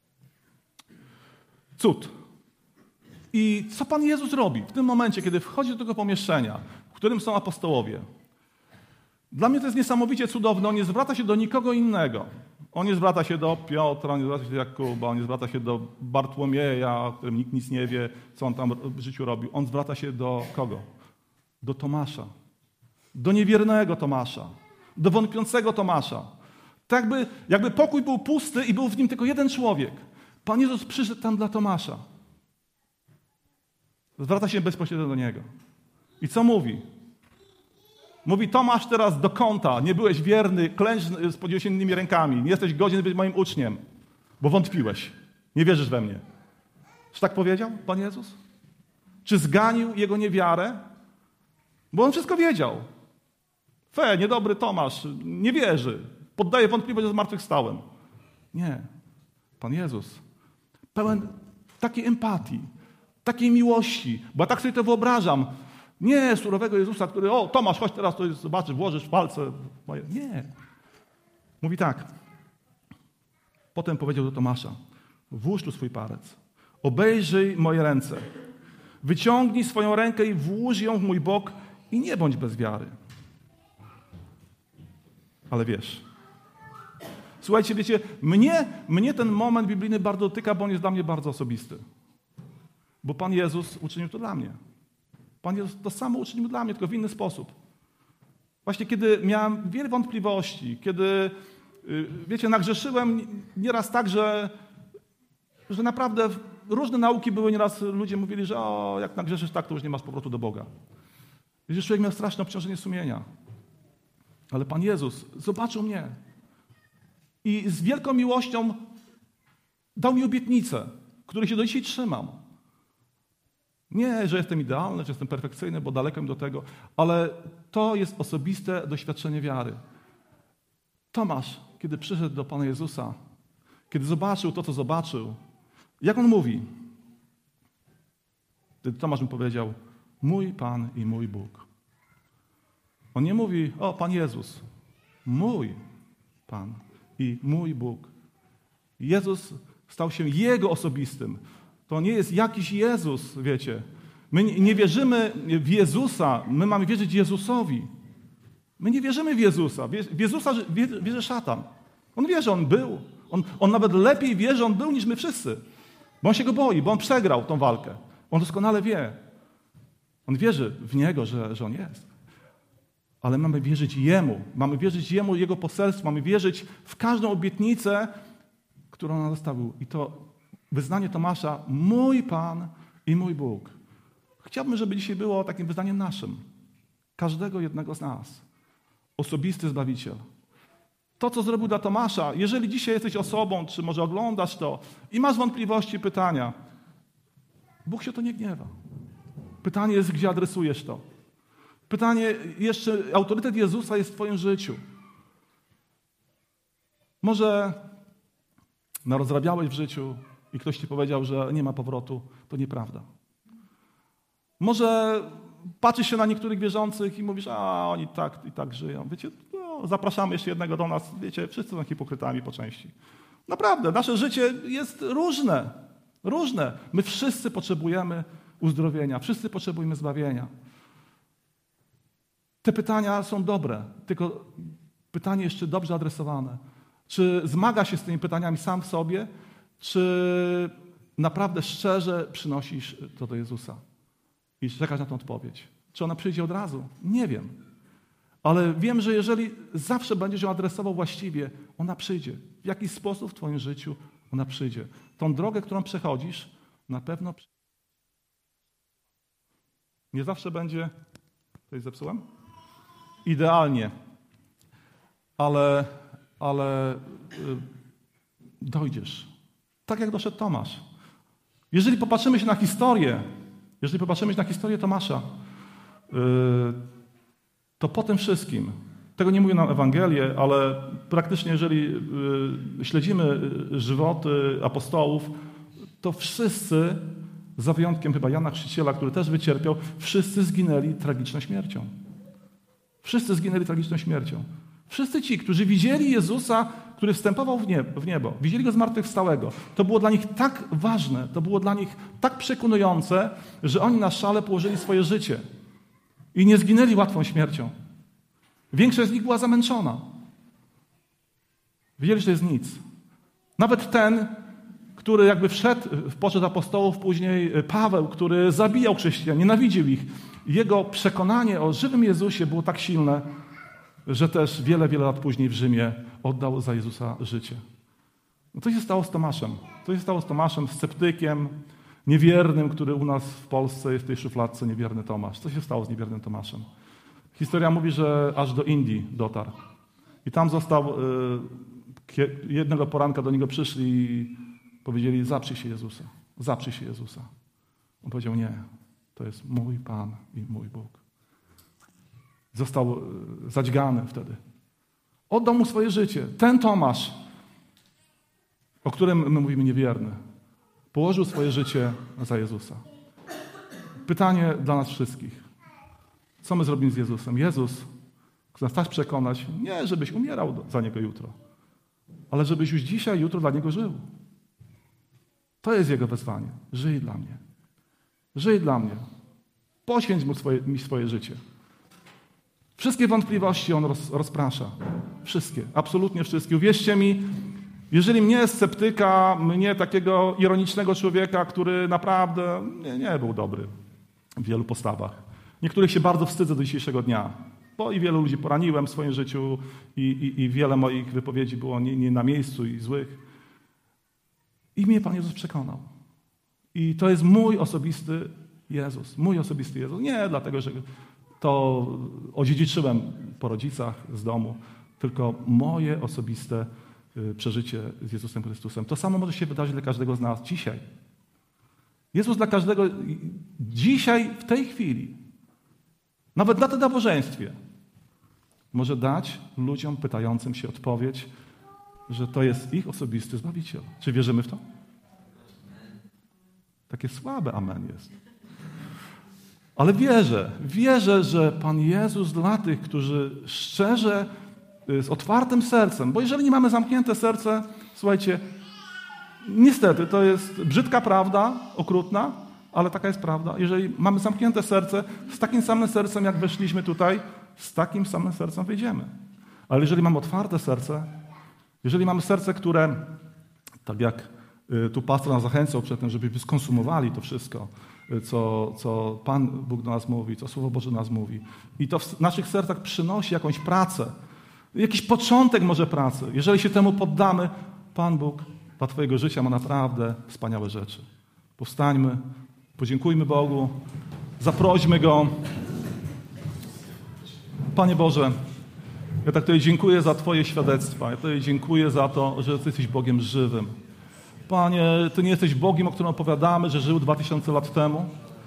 Cud. I co Pan Jezus robi w tym momencie, kiedy wchodzi do tego pomieszczenia, w którym są apostołowie? Dla mnie to jest niesamowicie cudowne. On nie zwraca się do nikogo innego. On nie zwraca się do Piotra, on nie zwraca się do Jakuba, on nie zwraca się do Bartłomieja, o którym nikt nic nie wie, co on tam w życiu robił. On zwraca się do kogo? Do Tomasza. Do niewiernego Tomasza. Do wątpiącego Tomasza. Tak jakby, jakby pokój był pusty i był w nim tylko jeden człowiek. Pan Jezus przyszedł tam dla Tomasza. Zwraca się bezpośrednio do niego. I co mówi? Mówi, Tomasz, teraz do kąta, nie byłeś wierny, klęcz z podniesionymi rękami, nie jesteś godzien być moim uczniem, bo wątpiłeś, nie wierzysz we mnie. Czy tak powiedział Pan Jezus? Czy zganił jego niewiarę? Bo on wszystko wiedział. Fe, niedobry Tomasz, nie wierzy, poddaje wątpliwość, że zmartwychwstałem. Nie. Pan Jezus, pełen takiej empatii, takiej miłości, bo ja tak sobie to wyobrażam. Nie surowego Jezusa, który, o Tomasz, chodź teraz, to zobaczysz, włożysz palce. Nie. Mówi tak. Potem powiedział do Tomasza, włóż tu swój palec, obejrzyj moje ręce, wyciągnij swoją rękę i włóż ją w mój bok i nie bądź bez wiary. Ale wiesz, słuchajcie, wiecie, mnie, mnie ten moment biblijny bardzo dotyka, bo on jest dla mnie bardzo osobisty. Bo Pan Jezus uczynił to dla mnie. Pan Jezus to samo uczynił dla mnie, tylko w inny sposób. Właśnie kiedy miałem wiele wątpliwości, kiedy, wiecie, nagrzeszyłem nieraz tak, że, że naprawdę różne nauki były, nieraz ludzie mówili, że o, jak nagrzeszysz tak, to już nie masz powrotu do Boga. Wiesz, człowiek miał straszne obciążenie sumienia. Ale Pan Jezus zobaczył mnie i z wielką miłością dał mi obietnicę, której się do dzisiaj trzymam. Nie, że jestem idealny, że jestem perfekcyjny, bo daleko mi do tego, ale to jest osobiste doświadczenie wiary. Tomasz, kiedy przyszedł do Pana Jezusa, kiedy zobaczył to, co zobaczył, jak on mówi? Wtedy Tomasz mu powiedział, mój Pan i mój Bóg. On nie mówi, o Pan Jezus, mój Pan i mój Bóg. Jezus stał się Jego osobistym. To nie jest jakiś Jezus, wiecie. My nie wierzymy w Jezusa, my mamy wierzyć Jezusowi. My nie wierzymy w Jezusa. W Jezusa wierzy szatan. On wie, że On był. On, on nawet lepiej wie, że On był niż my wszyscy. Bo On się Go boi, bo On przegrał tą walkę. On doskonale wie. On wierzy w Niego, że, że On jest. Ale mamy wierzyć Jemu. Mamy wierzyć Jemu, Jego poselstwu. Mamy wierzyć w każdą obietnicę, którą On zostawił. I to wyznanie Tomasza, mój Pan i mój Bóg. Chciałbym, żeby dzisiaj było takim wyznaniem naszym. Każdego jednego z nas. Osobisty Zbawiciel. To, co zrobił dla Tomasza, jeżeli dzisiaj jesteś osobą, czy może oglądasz to i masz wątpliwości, pytania, Bóg się o to nie gniewa. Pytanie jest, gdzie adresujesz to. Pytanie jeszcze, autorytet Jezusa jest w twoim życiu. Może narozrabiałeś w życiu i ktoś ci powiedział, że nie ma powrotu, to nieprawda. Może patrzysz się na niektórych wierzących i mówisz, a oni tak i tak żyją. Wiecie, no, zapraszamy jeszcze jednego do nas. Wiecie, wszyscy są hipokrytami po części. Naprawdę, nasze życie jest różne. Różne. My wszyscy potrzebujemy uzdrowienia. Wszyscy potrzebujemy zbawienia. Te pytania są dobre, tylko pytanie jeszcze dobrze adresowane. Czy zmaga się z tymi pytaniami sam w sobie, czy naprawdę szczerze przynosisz to do Jezusa i czekasz na tę odpowiedź? Czy ona przyjdzie od razu? Nie wiem. Ale wiem, że jeżeli zawsze będziesz ją adresował właściwie, ona przyjdzie. W jakiś sposób w twoim życiu ona przyjdzie. Tą drogę, którą przechodzisz, na pewno przyjdzie. Nie zawsze będzie... Coś zepsułem? Idealnie. Ale, ale yy, dojdziesz. Tak jak doszedł Tomasz. Jeżeli popatrzymy się na historię, jeżeli popatrzymy się na historię Tomasza, yy, to po tym wszystkim, tego nie mówię nam Ewangelię, ale praktycznie jeżeli yy, śledzimy żywoty apostołów, to wszyscy, za wyjątkiem chyba Jana Chrzciciela, który też wycierpiał, wszyscy zginęli tragiczną śmiercią. Wszyscy zginęli tragiczną śmiercią. Wszyscy ci, którzy widzieli Jezusa, który wstępował w niebo, w niebo, widzieli Go zmartwychwstałego, to było dla nich tak ważne, to było dla nich tak przekonujące, że oni na szale położyli swoje życie i nie zginęli łatwą śmiercią. Większość z nich była zamęczona. Wiedzieli, że to jest nic. Nawet ten, który jakby wszedł w poczet apostołów, później Paweł, który zabijał chrześcijan, nienawidził ich. Jego przekonanie o żywym Jezusie było tak silne, że też wiele, wiele lat później w Rzymie oddał za Jezusa życie. No to się stało z Tomaszem. To się stało z Tomaszem, sceptykiem, niewiernym, który u nas w Polsce jest w tej szufladce niewierny Tomasz. Co się stało z niewiernym Tomaszem? Historia mówi, że aż do Indii dotarł. I tam został, jednego poranka do niego przyszli i powiedzieli, zaprzyj się Jezusa, zaprzyj się Jezusa. On powiedział, nie, to jest mój Pan i mój Bóg. Został zadźgany wtedy. Oddał mu swoje życie. Ten Tomasz, o którym my mówimy niewierny, położył swoje życie za Jezusa. Pytanie dla nas wszystkich. Co my zrobimy z Jezusem? Jezus chce nas tak przekonać, nie żebyś umierał za Niego jutro, ale żebyś już dzisiaj, jutro dla Niego żył. To jest Jego wezwanie. Żyj dla mnie. Żyj dla mnie. Poświęć mu swoje, mi swoje życie. Wszystkie wątpliwości On roz, rozprasza. Wszystkie. Absolutnie wszystkie. Uwierzcie mi, jeżeli mnie sceptyka, mnie takiego ironicznego człowieka, który naprawdę nie, nie był dobry w wielu postawach. Niektórych się bardzo wstydzę do dzisiejszego dnia, bo i wielu ludzi poraniłem w swoim życiu i, i, i wiele moich wypowiedzi było nie, nie na miejscu i złych. I mnie Pan Jezus przekonał. I to jest mój osobisty Jezus. Mój osobisty Jezus. Nie dlatego, że to odziedziczyłem po rodzicach z domu, tylko moje osobiste przeżycie z Jezusem Chrystusem. To samo może się wydarzyć dla każdego z nas dzisiaj. Jezus dla każdego dzisiaj, w tej chwili, nawet na tym nabożeństwie, może dać ludziom pytającym się odpowiedź, że to jest ich osobisty Zbawiciel. Czy wierzymy w to? Takie słabe amen jest. Ale wierzę, wierzę, że Pan Jezus dla tych, którzy szczerze, z otwartym sercem, bo jeżeli nie mamy zamknięte serce, słuchajcie, niestety to jest brzydka prawda, okrutna, ale taka jest prawda. Jeżeli mamy zamknięte serce, z takim samym sercem, jak weszliśmy tutaj, z takim samym sercem wyjdziemy. Ale jeżeli mamy otwarte serce, jeżeli mamy serce, które, tak jak tu pastor nas zachęcał przed tym, żebyśmy skonsumowali to wszystko, co, co Pan Bóg do nas mówi, co Słowo Boże do nas mówi, i to w naszych sercach przynosi jakąś pracę, jakiś początek może pracy. Jeżeli się temu poddamy, Pan Bóg dla Twojego życia ma naprawdę wspaniałe rzeczy. Powstańmy, podziękujmy Bogu, zaprośmy Go. Panie Boże, ja tak Tobie dziękuję za Twoje świadectwa. Ja Tobie dziękuję za to, że Ty jesteś Bogiem żywym. Panie, Ty nie jesteś Bogiem, o którym opowiadamy, że żył dwa tysiące lat temu.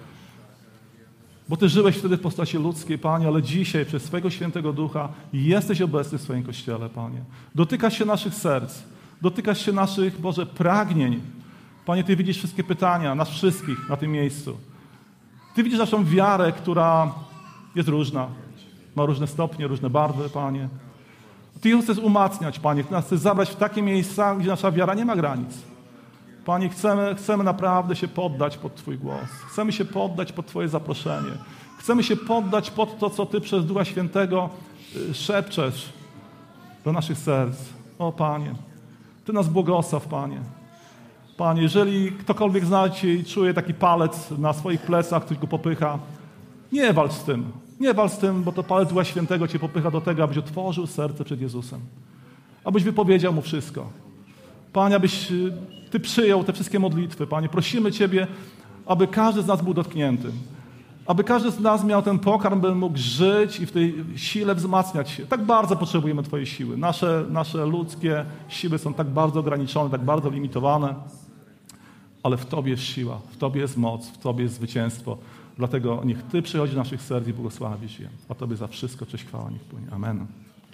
Bo Ty żyłeś wtedy w postaci ludzkiej, Panie, ale dzisiaj przez swojego Świętego Ducha jesteś obecny w swoim Kościele, Panie. Dotykasz się naszych serc, dotykasz się naszych, Boże, pragnień. Panie, Ty widzisz wszystkie pytania, nas wszystkich na tym miejscu. Ty widzisz naszą wiarę, która jest różna, ma różne stopnie, różne barwy, Panie. Ty ją chcesz umacniać, Panie, nas chcesz zabrać w takie miejsca, gdzie nasza wiara nie ma granic. Panie, chcemy, chcemy naprawdę się poddać pod Twój głos. Chcemy się poddać pod Twoje zaproszenie. Chcemy się poddać pod to, co Ty przez Ducha Świętego szepczesz do naszych serc. O Panie, Ty nas błogosław, Panie. Panie, jeżeli ktokolwiek zna Cię i czuje taki palec na swoich plecach, ktoś go popycha, nie walcz z tym. Nie walcz z tym, bo to palec Ducha Świętego Cię popycha do tego, abyś otworzył serce przed Jezusem. Abyś wypowiedział Mu wszystko. Panie, abyś Ty przyjął te wszystkie modlitwy. Panie, prosimy Ciebie, aby każdy z nas był dotknięty. Aby każdy z nas miał ten pokarm, by mógł żyć i w tej sile wzmacniać się. Tak bardzo potrzebujemy Twojej siły. Nasze, nasze ludzkie siły są tak bardzo ograniczone, tak bardzo limitowane. Ale w Tobie jest siła, w Tobie jest moc, w Tobie jest zwycięstwo. Dlatego niech Ty przychodzi do naszych serc i błogosławisz je. A Tobie za wszystko cześć, chwała niech płynie. Amen.